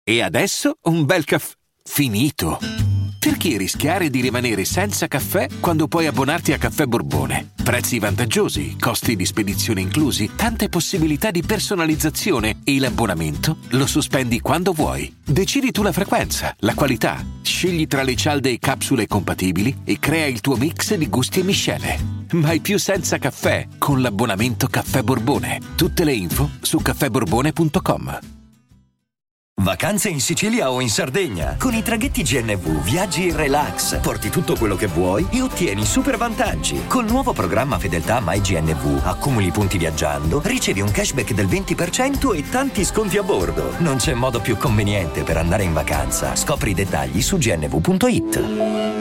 E adesso un bel caffè finito. Perché rischiare di rimanere senza caffè quando puoi abbonarti a Caffè Borbone? Prezzi vantaggiosi, costi di spedizione inclusi, tante possibilità di personalizzazione e l'abbonamento lo sospendi quando vuoi. Decidi tu la frequenza, la qualità, scegli tra le cialde e capsule compatibili e crea il tuo mix di gusti e miscele. Mai più senza caffè con l'abbonamento Caffè Borbone. Tutte le info su caffèborbone.com. Vacanze in Sicilia o in Sardegna. Con i traghetti GNV viaggi in relax, porti tutto quello che vuoi e ottieni super vantaggi. Col nuovo programma Fedeltà MyGNV accumuli punti viaggiando, ricevi un cashback del 20% e tanti sconti a bordo. Non c'è modo più conveniente per andare in vacanza. Scopri i dettagli su gnv.it.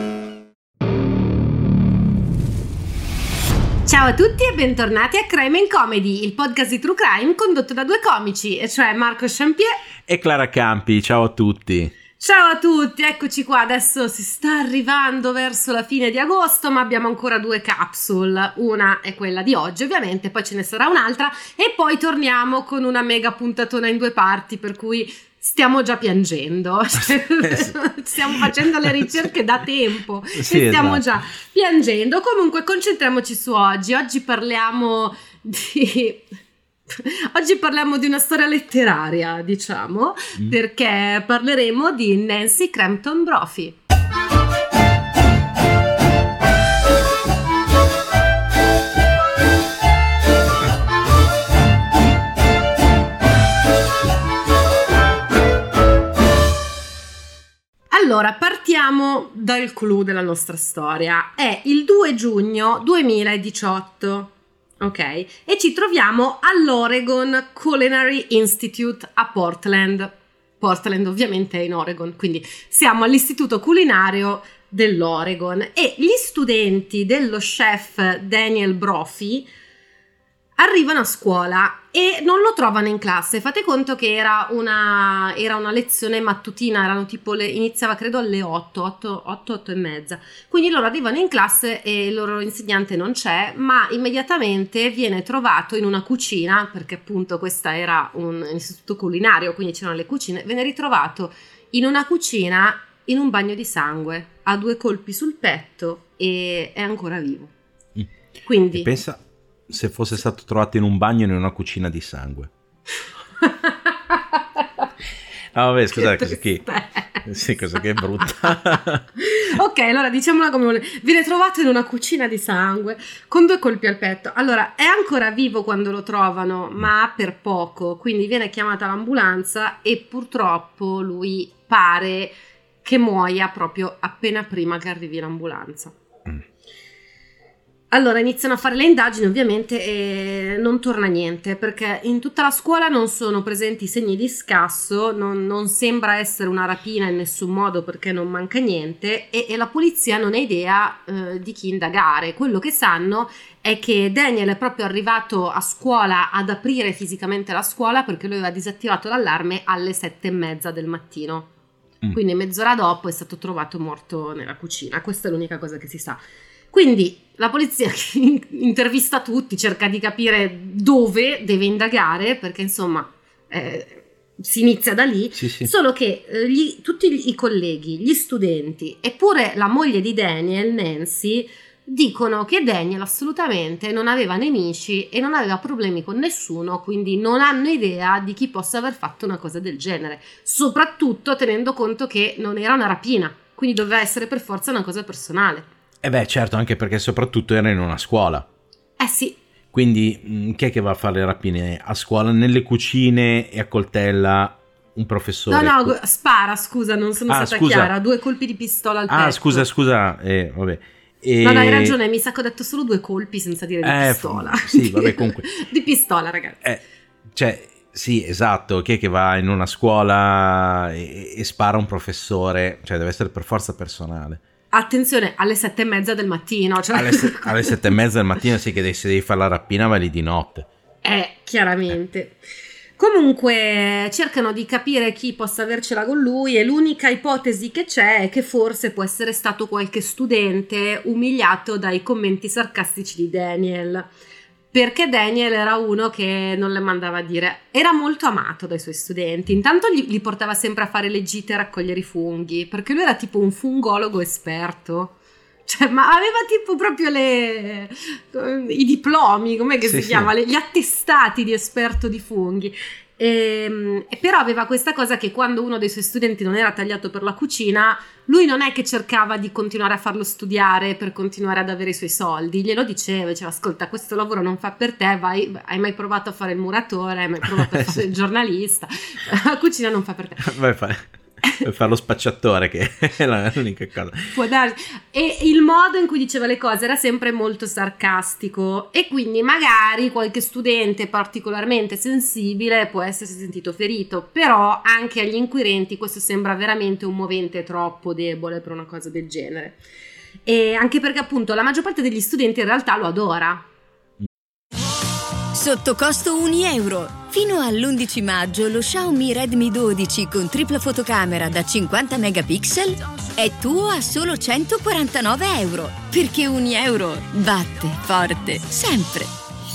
Ciao a tutti e bentornati a Crime and Comedy, il podcast di True Crime condotto da due comici, e cioè Marco Champier e Clara Campi. Ciao a tutti. Ciao a tutti, eccoci qua. Adesso si sta arrivando verso la fine di agosto, ma abbiamo ancora due capsule. Una è quella di oggi, ovviamente, poi ce ne sarà un'altra e poi torniamo con una mega puntatona in due parti, per cui stiamo già piangendo. Stiamo facendo le ricerche da tempo e stiamo già piangendo. Comunque concentriamoci su oggi. Oggi parliamo di una storia letteraria, diciamo, perché parleremo di Nancy Crampton Brophy. Allora, partiamo dal clou della nostra storia. È il 2 giugno 2018. Ok, e ci troviamo all'Oregon Culinary Institute a Portland. Portland ovviamente è in Oregon, quindi siamo all'istituto culinario dell'Oregon e gli studenti dello chef Daniel Brophy arrivano a scuola e non lo trovano in classe. Fate conto che era una lezione mattutina, iniziava credo alle 8 e mezza. Quindi loro arrivano in classe e il loro insegnante non c'è, ma immediatamente viene trovato in una cucina, perché appunto questa era un istituto culinario, quindi c'erano le cucine, viene ritrovato in una cucina in un bagno di sangue, ha 2 colpi sul petto e è ancora vivo. Quindi pensa se fosse stato trovato in un bagno in una cucina di sangue. Ah vabbè, scusate, cosa che è brutta. Ok, allora diciamola come vuole. Viene trovato in una cucina di sangue con 2 colpi al petto. Allora, è ancora vivo quando lo trovano, ma per poco, quindi viene chiamata l'ambulanza e purtroppo lui pare che muoia proprio appena prima che arrivi l'ambulanza. Allora iniziano a fare le indagini ovviamente e non torna niente, perché in tutta la scuola non sono presenti segni di scasso, non sembra essere una rapina in nessun modo perché non manca niente e la polizia non ha idea di chi indagare. Quello che sanno è che Daniel è proprio arrivato a scuola ad aprire fisicamente la scuola perché lui aveva disattivato l'allarme alle 7:30 del mattino. Quindi mezz'ora dopo è stato trovato morto nella cucina. Questa è l'unica cosa che si sa. Quindi la polizia intervista tutti, cerca di capire dove deve indagare, perché insomma si inizia da lì, sì. Solo che tutti i colleghi, gli studenti e pure la moglie di Daniel, Nancy, dicono che Daniel assolutamente non aveva nemici e non aveva problemi con nessuno, quindi non hanno idea di chi possa aver fatto una cosa del genere, soprattutto tenendo conto che non era una rapina, quindi doveva essere per forza una cosa personale. Beh, certo, anche perché soprattutto era in una scuola. Sì. Quindi chi è che va a fare le rapine a scuola? Nelle cucine e accoltella un professore? No, spara, scusa, non sono stata chiara. 2 colpi di pistola al petto. Scusa, vabbè. No, hai ragione, mi sa che ho detto solo 2 colpi senza dire di pistola. Sì, vabbè, comunque. Di pistola, ragazzi. Sì, esatto, chi è che va in una scuola e spara un professore? Cioè, deve essere per forza personale. Attenzione, alle 7:30 del mattino. Cioè... alle 7:30 del mattino, sì, che se devi fare la rapina vai lì di notte. Chiaramente. Comunque cercano di capire chi possa avercela con lui e l'unica ipotesi che c'è è che forse può essere stato qualche studente umiliato dai commenti sarcastici di Daniel. perché Daniel era uno che non le mandava a dire. Era molto amato dai suoi studenti. Intanto li portava sempre a fare le gite a raccogliere i funghi, perché lui era tipo un fungologo esperto. Cioè, ma aveva tipo proprio i diplomi, com'è che si chiama? Gli attestati di esperto di funghi. E però aveva questa cosa che quando uno dei suoi studenti non era tagliato per la cucina, lui non è che cercava di continuare a farlo studiare per continuare ad avere i suoi soldi, glielo diceva ascolta, questo lavoro non fa per te, hai mai provato a fare il muratore, hai mai provato a fare il giornalista, la cucina non fa per te. Vai fare lo spacciatore, che è l'unica cosa. Può darsi. E il modo in cui diceva le cose era sempre molto sarcastico, e quindi magari qualche studente particolarmente sensibile può essersi sentito ferito, però anche agli inquirenti questo sembra veramente un movente troppo debole per una cosa del genere, e anche perché appunto la maggior parte degli studenti in realtà lo adora. Sotto costo €1. Fino all'11 maggio lo Xiaomi Redmi 12 con tripla fotocamera da 50 megapixel è tuo a solo €149. Perché €1 batte forte sempre.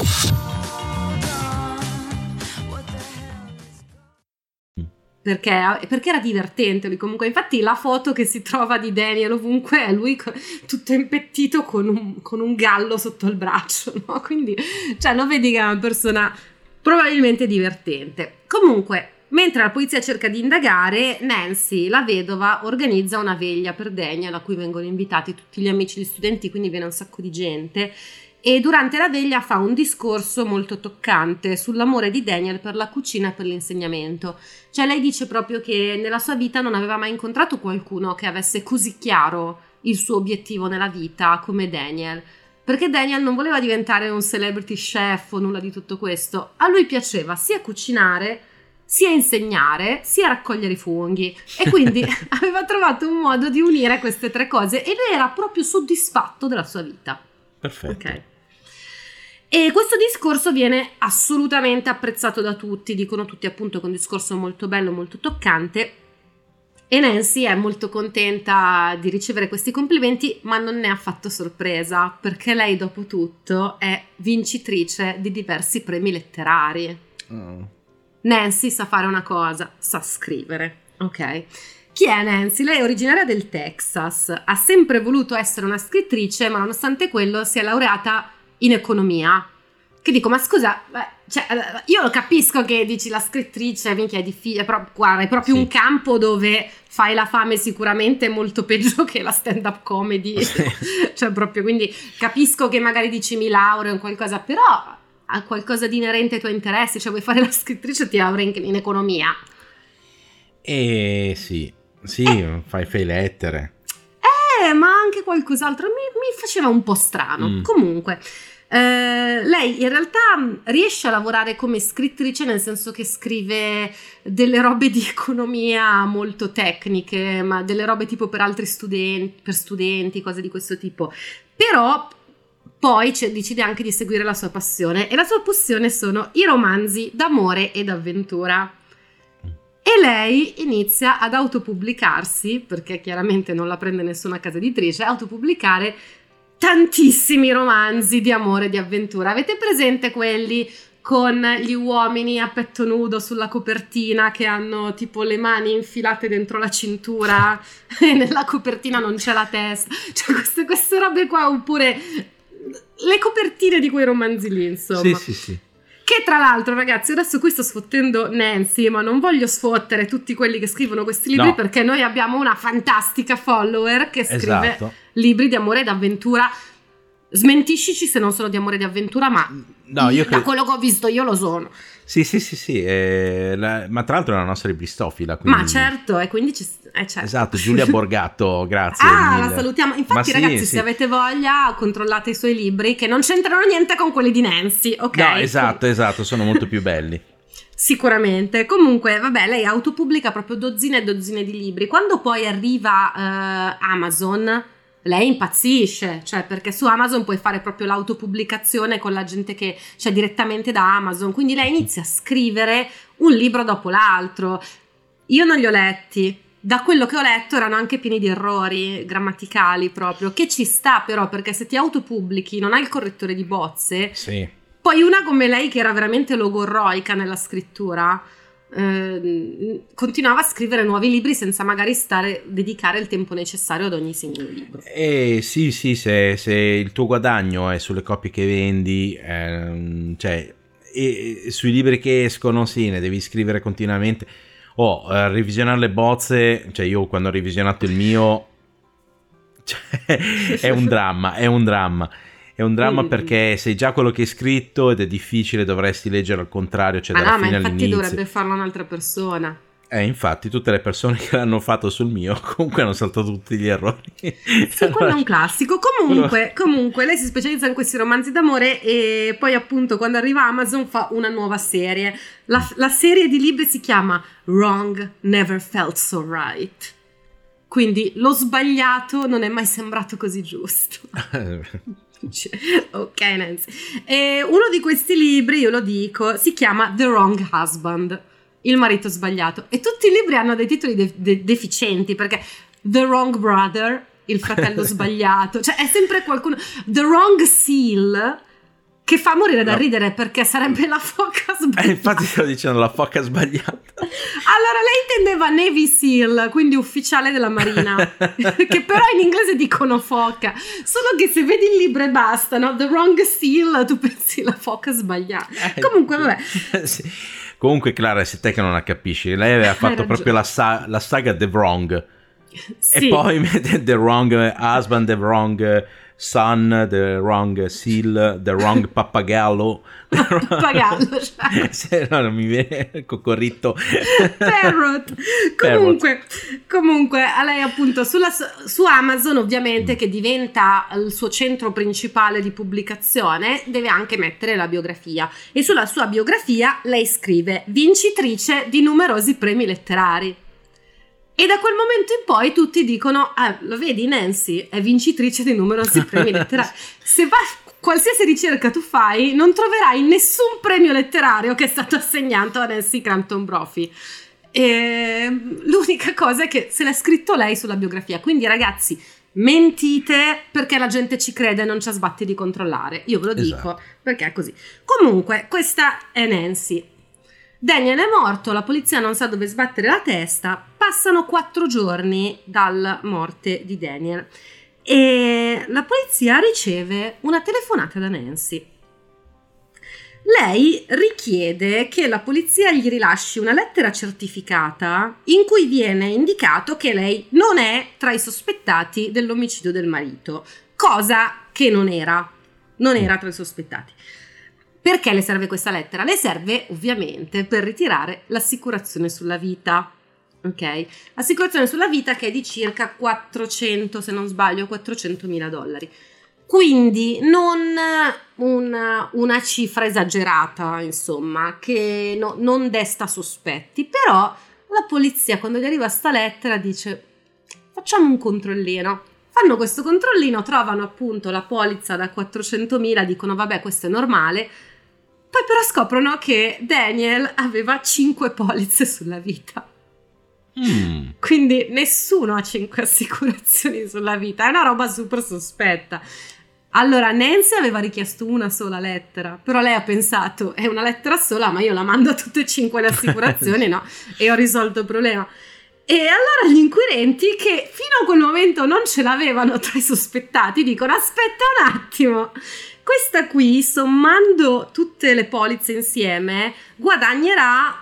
Perché era divertente lui, comunque. Infatti la foto che si trova di Daniel ovunque è lui tutto impettito con un gallo sotto il braccio, no? Quindi cioè lo vedi che è una persona probabilmente divertente. Comunque, mentre la polizia cerca di indagare, Nancy, la vedova, organizza una veglia per Daniel a cui vengono invitati tutti gli amici, gli studenti, quindi viene un sacco di gente. E durante la veglia fa un discorso molto toccante sull'amore di Daniel per la cucina e per l'insegnamento. Cioè lei dice proprio che nella sua vita non aveva mai incontrato qualcuno che avesse così chiaro il suo obiettivo nella vita come Daniel, perché Daniel non voleva diventare un celebrity chef o nulla di tutto questo. A lui piaceva sia cucinare, sia insegnare, sia raccogliere i funghi, e quindi aveva trovato un modo di unire queste tre cose e lui era proprio soddisfatto della sua vita. Perfetto. Ok. E questo discorso viene assolutamente apprezzato da tutti, dicono tutti appunto che è un discorso molto bello, molto toccante, e Nancy è molto contenta di ricevere questi complimenti, ma non ne è affatto sorpresa, perché lei dopo tutto è vincitrice di diversi premi letterari. Nancy sa fare una cosa, sa scrivere, ok? Chi è Nancy? Lei è originaria del Texas, ha sempre voluto essere una scrittrice, ma nonostante quello si è laureata in economia. Che dico, ma scusa, cioè, io lo capisco che dici la scrittrice, minchia, è difficile, però guarda, è proprio un campo dove fai la fame sicuramente molto peggio che la stand-up comedy. Cioè proprio, quindi capisco che magari dici mi laureo in qualcosa, però ha qualcosa di inerente ai tuoi interessi, cioè vuoi fare la scrittrice, ti laurei in economia. Sì, fai lettere. Ma anche qualcos'altro mi faceva un po' strano. Comunque, lei in realtà riesce a lavorare come scrittrice, nel senso che scrive delle robe di economia molto tecniche, ma delle robe tipo per altri studenti, per studenti, cose di questo tipo. Però poi decide anche di seguire la sua passione, e la sua passione sono i romanzi d'amore e d'avventura. E lei inizia ad autopubblicarsi, perché chiaramente non la prende nessuna casa editrice, autopubblicare tantissimi romanzi di amore e di avventura. Avete presente quelli con gli uomini a petto nudo sulla copertina che hanno tipo le mani infilate dentro la cintura e nella copertina non c'è la testa? Cioè queste robe qua, oppure le copertine di quei romanzi lì, insomma. Sì. Che tra l'altro, ragazzi, adesso qui sto sfottendo Nancy, ma non voglio sfottere tutti quelli che scrivono questi libri, perché noi abbiamo una fantastica follower che scrive libri di amore ed avventura. Smentiscici se non sono di amore e di avventura, ma da quello che ho visto io lo sono. Sì, ma tra l'altro è una nostra libristofila, quindi... Ma certo, e quindi certo. Esatto, Giulia Borgatto, grazie mille. La salutiamo. Infatti, ragazzi, se avete voglia, controllate i suoi libri, che non c'entrano niente con quelli di Nancy, ok? No, esatto, sono molto più belli. Sicuramente. Comunque, vabbè, lei autopubblica proprio dozzine e dozzine di libri. Quando poi arriva Amazon, lei impazzisce, cioè perché su Amazon puoi fare proprio l'autopubblicazione con la gente che c'è direttamente da Amazon, quindi lei inizia a scrivere un libro dopo l'altro. Io non li ho letti, da quello che ho letto erano anche pieni di errori grammaticali proprio, che ci sta però, perché se ti autopubblichi non hai il correttore di bozze, Poi una come lei, che era veramente logorroica nella scrittura, continuava a scrivere nuovi libri senza magari dedicare il tempo necessario ad ogni singolo libro. Sì, se il tuo guadagno è sulle copie che vendi, cioè, e sui libri che escono, sì, ne devi scrivere continuamente. Revisionare le bozze, cioè io quando ho revisionato il mio, cioè, è un dramma perché sei già quello che hai scritto ed è difficile, dovresti leggere al contrario, cioè dalla fine all'inizio. Ma infatti dovrebbe farlo un'altra persona. Infatti tutte le persone che l'hanno fatto sul mio comunque hanno saltato tutti gli errori. Sì, quello è un classico. Comunque lei si specializza in questi romanzi d'amore e poi appunto quando arriva Amazon fa una nuova serie. La serie di libri si chiama Wrong Never Felt So Right. Quindi lo sbagliato non è mai sembrato così giusto. Ok, Nancy. E uno di questi libri, io lo dico, si chiama The Wrong Husband, il marito sbagliato, e tutti i libri hanno dei titoli deficienti, perché The Wrong Brother, il fratello sbagliato, cioè è sempre qualcuno. The Wrong Seal, che fa morire da ridere perché sarebbe la foca sbagliata. Infatti stavo dicendo la foca sbagliata. Allora lei intendeva Navy Seal, quindi ufficiale della marina, che però in inglese dicono foca, solo che se vedi il libro e basta, no? The Wrong Seal, tu pensi la foca sbagliata. Comunque vabbè. Sì. Comunque Clara, sei te che non la capisci, lei aveva fatto proprio la saga The Wrong, sì. E poi mette The Wrong Husband, The Wrong Son, The Wrong Seal, The Wrong Pappagallo. Pappagallo, cioè. Se no, non mi viene Cocorritto. Parrot. Comunque, a lei appunto su Amazon, ovviamente, che diventa il suo centro principale di pubblicazione, deve anche mettere la biografia. E sulla sua biografia lei scrive vincitrice di numerosi premi letterari. E da quel momento in poi tutti dicono, lo vedi, Nancy è vincitrice di numerosi premi letterari. Se qualsiasi ricerca tu fai, non troverai nessun premio letterario che è stato assegnato a Nancy Crampton Brophy. E l'unica cosa è che se l'ha scritto lei sulla biografia. Quindi ragazzi, mentite perché la gente ci crede e non ci ha sbatti di controllare. Io ve lo dico, perché è così. Comunque, questa è Nancy. Daniel è morto, la polizia non sa dove sbattere la testa, passano 4 giorni dalla morte di Daniel e la polizia riceve una telefonata da Nancy. Lei richiede che la polizia gli rilasci una lettera certificata in cui viene indicato che lei non è tra i sospettati dell'omicidio del marito, cosa che non era tra i sospettati. Perché le serve questa lettera? Le serve ovviamente per ritirare l'assicurazione sulla vita, ok? L'assicurazione sulla vita che è di circa 400, se non sbaglio, $400.000. Quindi non una cifra esagerata, insomma, che non desta sospetti. Però la polizia, quando gli arriva sta lettera, dice facciamo un controllino. Fanno questo controllino, trovano appunto la polizza da 400.000, dicono vabbè, questo è normale. Poi però scoprono che Daniel aveva 5 polizze sulla vita. Quindi nessuno ha 5 assicurazioni sulla vita, è una roba super sospetta. Allora Nancy aveva richiesto una sola lettera, però lei ha pensato è una lettera sola, ma io la mando a tutte e 5 le assicurazioni, no? E ho risolto il problema. E allora gli inquirenti, che fino a quel momento non ce l'avevano tra i sospettati, dicono aspetta un attimo, questa qui, sommando tutte le polizze insieme, guadagnerà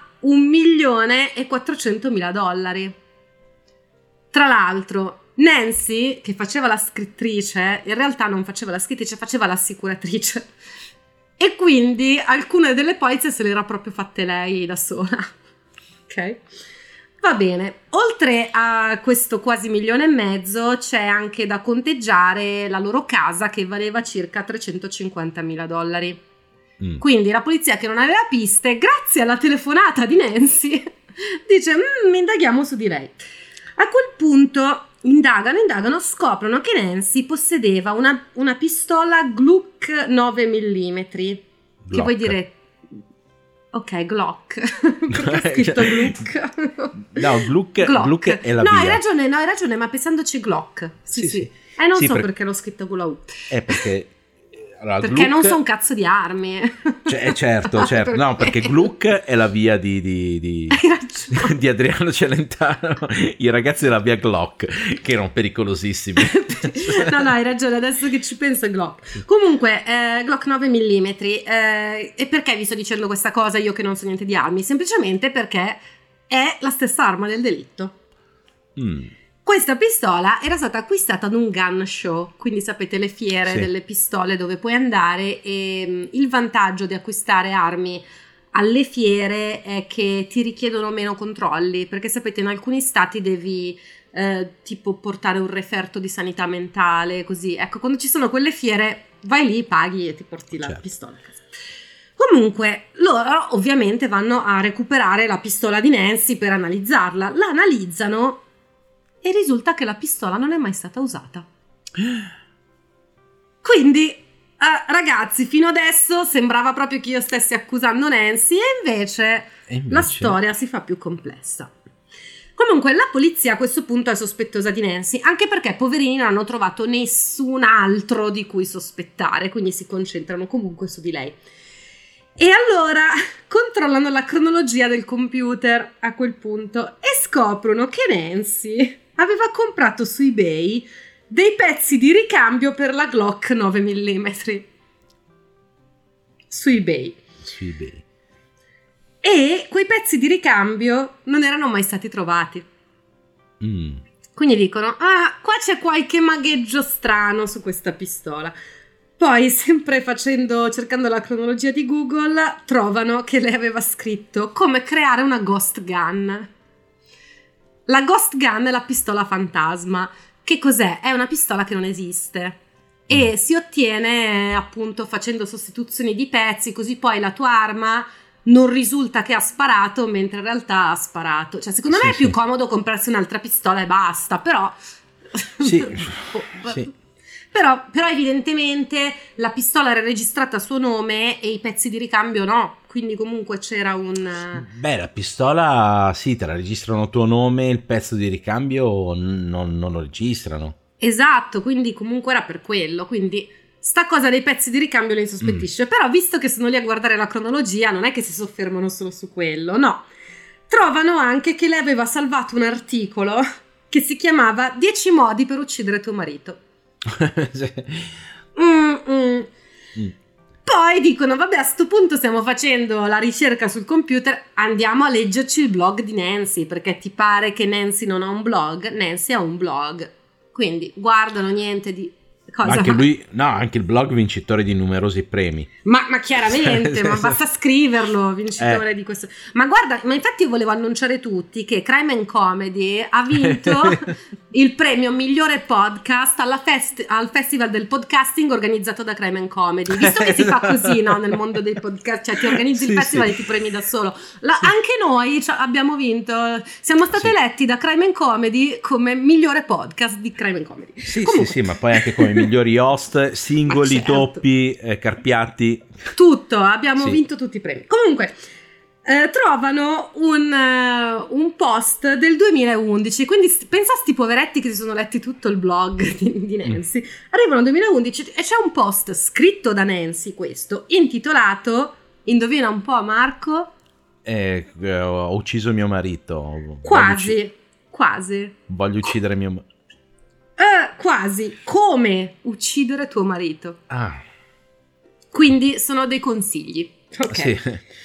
$1.400.000. Tra l'altro Nancy, che faceva la scrittrice, in realtà non faceva la scrittrice, faceva l'assicuratrice, e quindi alcune delle polizze se le era proprio fatte lei da sola. Ok? Va bene, oltre a questo quasi $1,5 milioni c'è anche da conteggiare la loro casa, che valeva circa $350.000. Quindi la polizia, che non aveva piste, grazie alla telefonata di Nancy, dice indaghiamo su di lei. A quel punto indagano, scoprono che Nancy possedeva una pistola Glock 9 mm, che vuol dire... Ok, Glock. Perché ho scritto Glock? No, Glock è la via. No, hai ragione, ma pensandoci Glock. Sì. Non so perché l'ho scritto con la U. È perché Allora, perché Gluck, non so un cazzo di armi. Certo, no, perché Gluck è la via di Adriano Celentano, i ragazzi della via Glock, che erano pericolosissimi. No, hai ragione, adesso che ci penso è Glock. Comunque, Glock 9 mm, e perché vi sto dicendo questa cosa io che non so niente di armi? Semplicemente perché è la stessa arma del delitto. Questa pistola era stata acquistata ad un gun show, quindi sapete le fiere delle pistole dove puoi andare, e il vantaggio di acquistare armi alle fiere è che ti richiedono meno controlli, perché sapete in alcuni stati devi tipo portare un referto di sanità mentale, così. Ecco, quando ci sono quelle fiere vai lì, paghi e ti porti la pistola a casa. Comunque loro ovviamente vanno a recuperare la pistola di Nancy per analizzarla, la analizzano e risulta che la pistola non è mai stata usata. Quindi, ragazzi, fino adesso sembrava proprio che io stessi accusando Nancy e invece la storia si fa più complessa. Comunque la polizia a questo punto è sospettosa di Nancy, anche perché poverini non hanno trovato nessun altro di cui sospettare, quindi si concentrano comunque su di lei. E allora controllano la cronologia del computer a quel punto e scoprono che Nancy aveva comprato su eBay dei pezzi di ricambio per la Glock 9 mm. Su eBay. E quei pezzi di ricambio non erano mai stati trovati. Quindi dicono, qua c'è qualche magheggio strano su questa pistola. Poi, sempre cercando la cronologia di Google, trovano che lei aveva scritto come creare una ghost gun. La ghost gun è la pistola fantasma. Che cos'è? È una pistola che non esiste e si ottiene appunto facendo sostituzioni di pezzi, così poi la tua arma non risulta che ha sparato mentre in realtà ha sparato. Cioè, secondo me è più comodo comprarsi un'altra pistola e basta, però... Però evidentemente la pistola era registrata a suo nome e i pezzi di ricambio no, quindi comunque c'era un... Beh, la pistola sì, te la registrano a tuo nome, il pezzo di ricambio non lo registrano. Esatto, quindi comunque era per quello, quindi sta cosa dei pezzi di ricambio li insospettisce, però visto che sono lì a guardare la cronologia non è che si soffermano solo su quello, no. Trovano anche che lei aveva salvato un articolo che si chiamava 10 modi per uccidere tuo marito. Poi dicono vabbè, a sto punto stiamo facendo la ricerca sul computer, andiamo a leggerci il blog di Nancy, perché ti pare che Nancy non ha un blog? Nancy ha un blog, quindi guardano niente di cosa. Anche lui, no, anche il blog vincitore di numerosi premi. Ma chiaramente, ma basta scriverlo, vincitore di questo. Ma guarda, ma infatti io volevo annunciare tutti che Crime and Comedy ha vinto il premio migliore podcast al Festival del Podcasting organizzato da Crime and Comedy. Visto che si fa così, no, nel mondo dei podcast, cioè ti organizzi il festival e ti premi da solo. Anche noi abbiamo vinto, siamo stati eletti da Crime and Comedy come migliore podcast di Crime and Comedy. Sì, ma poi anche come migliori host, singoli, doppi, carpiati. Tutto, abbiamo vinto tutti i premi. Comunque, trovano un post del 2011, quindi pensa a sti poveretti che si sono letti tutto il blog di Nancy. Arrivano al 2011 e c'è un post scritto da Nancy, questo, intitolato, indovina un po' Marco? Ho ucciso mio marito. Quasi. Voglio uccidere mio marito. Quasi. Come uccidere tuo marito. Quindi sono dei consigli. Ok. Sì.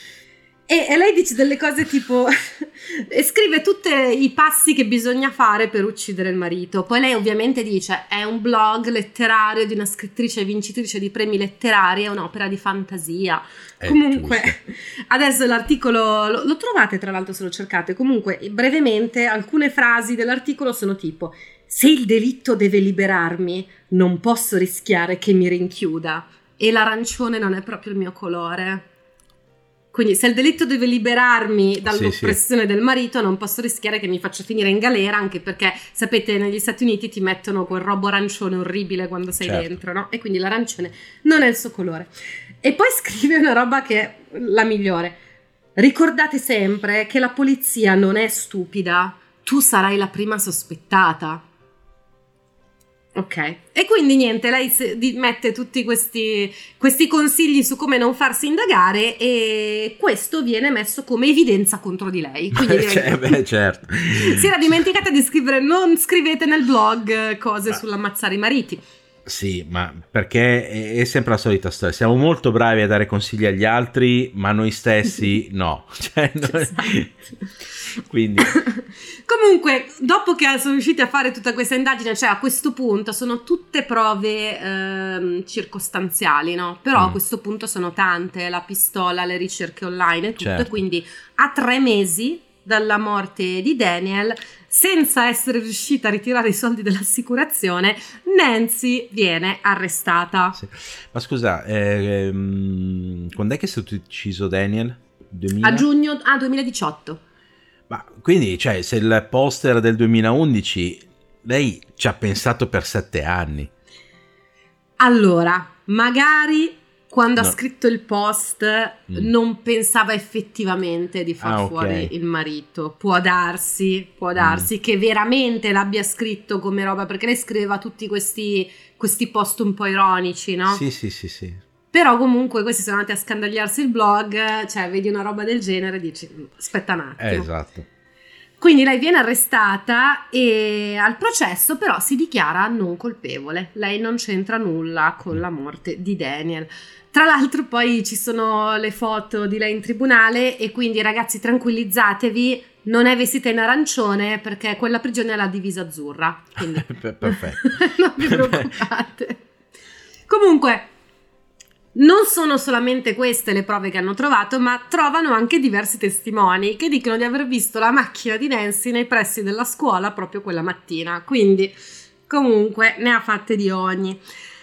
E lei dice delle cose tipo e scrive tutti i passi che bisogna fare per uccidere il marito. Poi lei ovviamente dice è un blog letterario di una scrittrice vincitrice di premi letterari, è un'opera di fantasia. Comunque giusto. Adesso l'articolo lo trovate, tra l'altro, se lo cercate. Comunque brevemente alcune frasi dell'articolo sono tipo: se il delitto deve liberarmi non posso rischiare che mi rinchiuda, e l'arancione non è proprio il mio colore. Quindi se il delitto deve liberarmi dall'oppressione del marito non posso rischiare che mi faccia finire in galera, anche perché sapete negli Stati Uniti ti mettono quel robo arancione orribile quando sei dentro, no? E quindi l'arancione non è il suo colore. E poi scrive una roba che è la migliore: ricordate sempre che la polizia non è stupida, tu sarai la prima sospettata. Ok, e quindi niente, lei mette tutti questi consigli su come non farsi indagare e questo viene messo come evidenza contro di lei. Quindi certo. Si era dimenticata di scrivere, non scrivete nel blog cose sull'ammazzare i mariti. Sì, ma perché è sempre la solita storia. Siamo molto bravi a dare consigli agli altri, ma noi stessi no. Esatto. Quindi comunque, dopo che sono riusciti a fare tutta questa indagine, cioè a questo punto sono tutte prove circostanziali, no? Però a questo punto sono tante, la pistola, le ricerche online e tutto, certo. Quindi a 3 mesi dalla morte di Daniel, senza essere riuscita a ritirare i soldi dell'assicurazione, Nancy viene arrestata. Sì. Ma scusa, quando è che è stato ucciso Daniel? 2000? A giugno 2018. Ma quindi, cioè, se il poster del 2011, lei ci ha pensato per 7 anni. Allora, magari quando ha scritto il post non pensava effettivamente di far fuori il marito. Può darsi che veramente l'abbia scritto come roba, perché lei scriveva tutti questi post un po' ironici, no? Sì. Però comunque questi sono andati a scandagliarsi il blog, cioè vedi una roba del genere e dici aspetta un attimo. Esatto. Quindi lei viene arrestata e al processo però si dichiara non colpevole. Lei non c'entra nulla con la morte di Daniel. Tra l'altro poi ci sono le foto di lei in tribunale e quindi ragazzi tranquillizzatevi, non è vestita in arancione perché quella prigione è la divisa azzurra. Quindi perfetto. non vi preoccupate. Comunque non sono solamente queste le prove che hanno trovato, ma trovano anche diversi testimoni che dicono di aver visto la macchina di Nancy nei pressi della scuola proprio quella mattina. Quindi comunque ne ha fatte di ogni.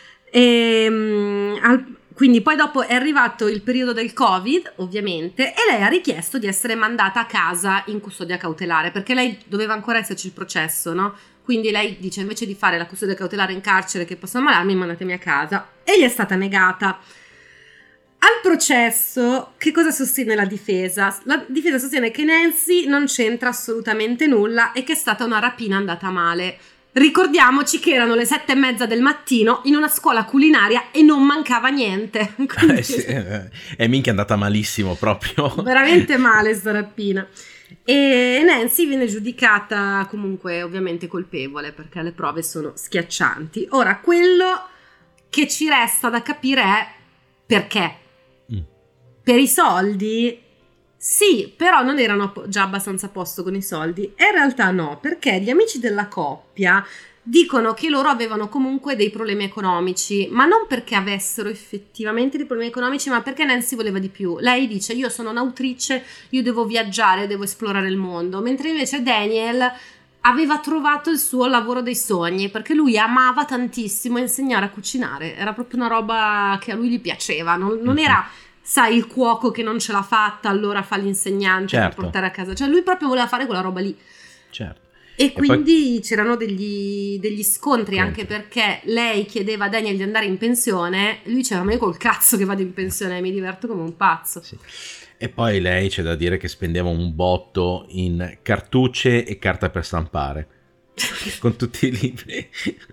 Quindi poi dopo è arrivato il periodo del Covid, ovviamente, e lei ha richiesto di essere mandata a casa in custodia cautelare, perché lei doveva ancora esserci il processo, no? Quindi lei dice, invece di fare la custodia cautelare in carcere che posso ammalarmi, mandatemi a casa. E gli è stata negata. Al processo, che cosa sostiene la difesa? La difesa sostiene che Nancy non c'entra assolutamente nulla e che è stata una rapina andata male. Ricordiamoci che erano le 7:30 del mattino in una scuola culinaria e non mancava niente. Quindi, e minchia è andata malissimo proprio. Veramente male sta rapina. E Nancy viene giudicata comunque ovviamente colpevole perché le prove sono schiaccianti. Ora, quello che ci resta da capire è perché. Per i soldi? Sì, però non erano già abbastanza a posto con i soldi. E in realtà no, perché gli amici della coppia dicono che loro avevano comunque dei problemi economici, ma non perché avessero effettivamente dei problemi economici, ma perché Nancy voleva di più. Lei dice, io sono un'autrice, io devo viaggiare, devo esplorare il mondo, mentre invece Daniel aveva trovato il suo lavoro dei sogni, perché lui amava tantissimo insegnare a cucinare, era proprio una roba che a lui gli piaceva, non era... sai, il cuoco che non ce l'ha fatta, allora fa l'insegnante per portare a casa. Cioè lui proprio voleva fare quella roba lì. Certo. E quindi poi c'erano degli scontri, anche perché lei chiedeva a Daniel di andare in pensione, lui diceva, ma io col cazzo che vado in pensione, mi diverto come un pazzo. Sì. E poi lei c'è da dire che spendeva un botto in cartucce e carta per stampare. Con tutti i libri...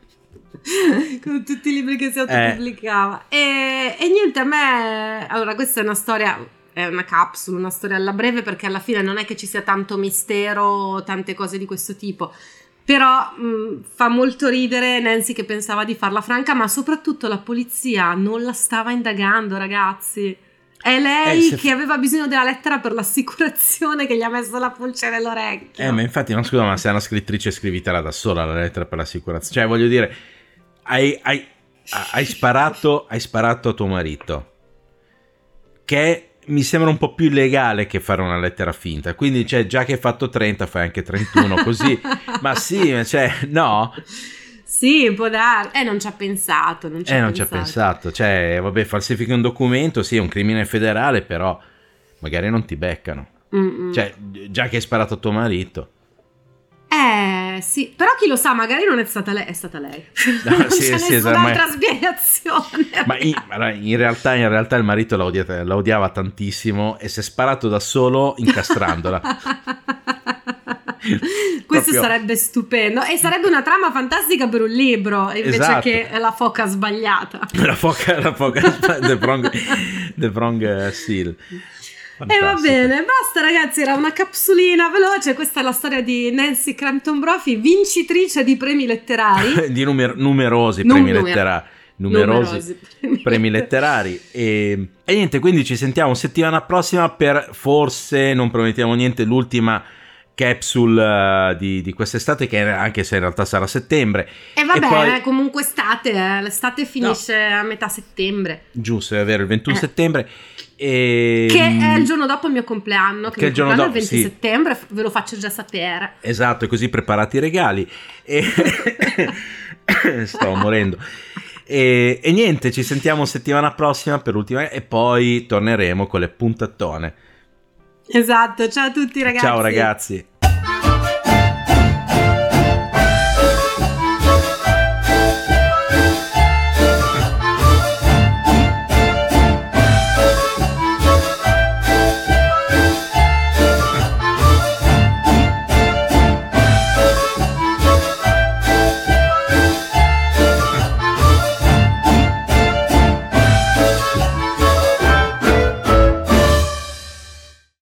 con tutti i libri che si autopubblicava e niente, a me allora questa è una storia, è una capsula, una storia alla breve, perché alla fine non è che ci sia tanto mistero, tante cose di questo tipo, però fa molto ridere Nancy che pensava di farla franca, ma soprattutto la polizia non la stava indagando, ragazzi. È lei che aveva bisogno della lettera per l'assicurazione che gli ha messo la pulce nell'orecchio. Ma infatti, no, scusa, ma sei una scrittrice, scrivitela da sola la lettera per l'assicurazione. Cioè, voglio dire, hai sparato a tuo marito, che mi sembra un po' più illegale che fare una lettera finta. Quindi, cioè, già che hai fatto 30, fai anche 31, così. Ma sì, cioè, no? Sì, può dare. Non ci ha pensato. Non ci ha pensato. Cioè, vabbè, falsifichi un documento, sì, è un crimine federale, però magari non ti beccano. Cioè, già che hai sparato a tuo marito. Sì, però chi lo sa, magari non è stata lei, è stata lei. No, non c'è nessun'altra spiegazione. Ma in realtà il marito la odiava tantissimo e si è sparato da solo incastrandola. Questo sarebbe stupendo e sarebbe una trama fantastica per un libro invece che la foca sbagliata. La foca The Wrong Seal. E va bene, basta ragazzi, era una capsulina veloce. Questa è la storia di Nancy Crampton Brophy, vincitrice di premi letterari di numerosi premi letterari e niente, quindi ci sentiamo settimana prossima per, forse non promettiamo niente, l'ultima capsule di quest'estate, che anche se in realtà sarà settembre. E va bene, comunque l'estate finisce a metà settembre. Giusto, è vero, il 21 settembre. Che è il giorno dopo il mio compleanno, che il giorno dopo, il 20 sì, settembre, ve lo faccio già sapere. Esatto, e così preparati i regali. Stavo morendo. E niente, ci sentiamo settimana prossima per l'ultima e poi torneremo con le puntatone. Esatto, ciao a tutti ragazzi. Ciao ragazzi.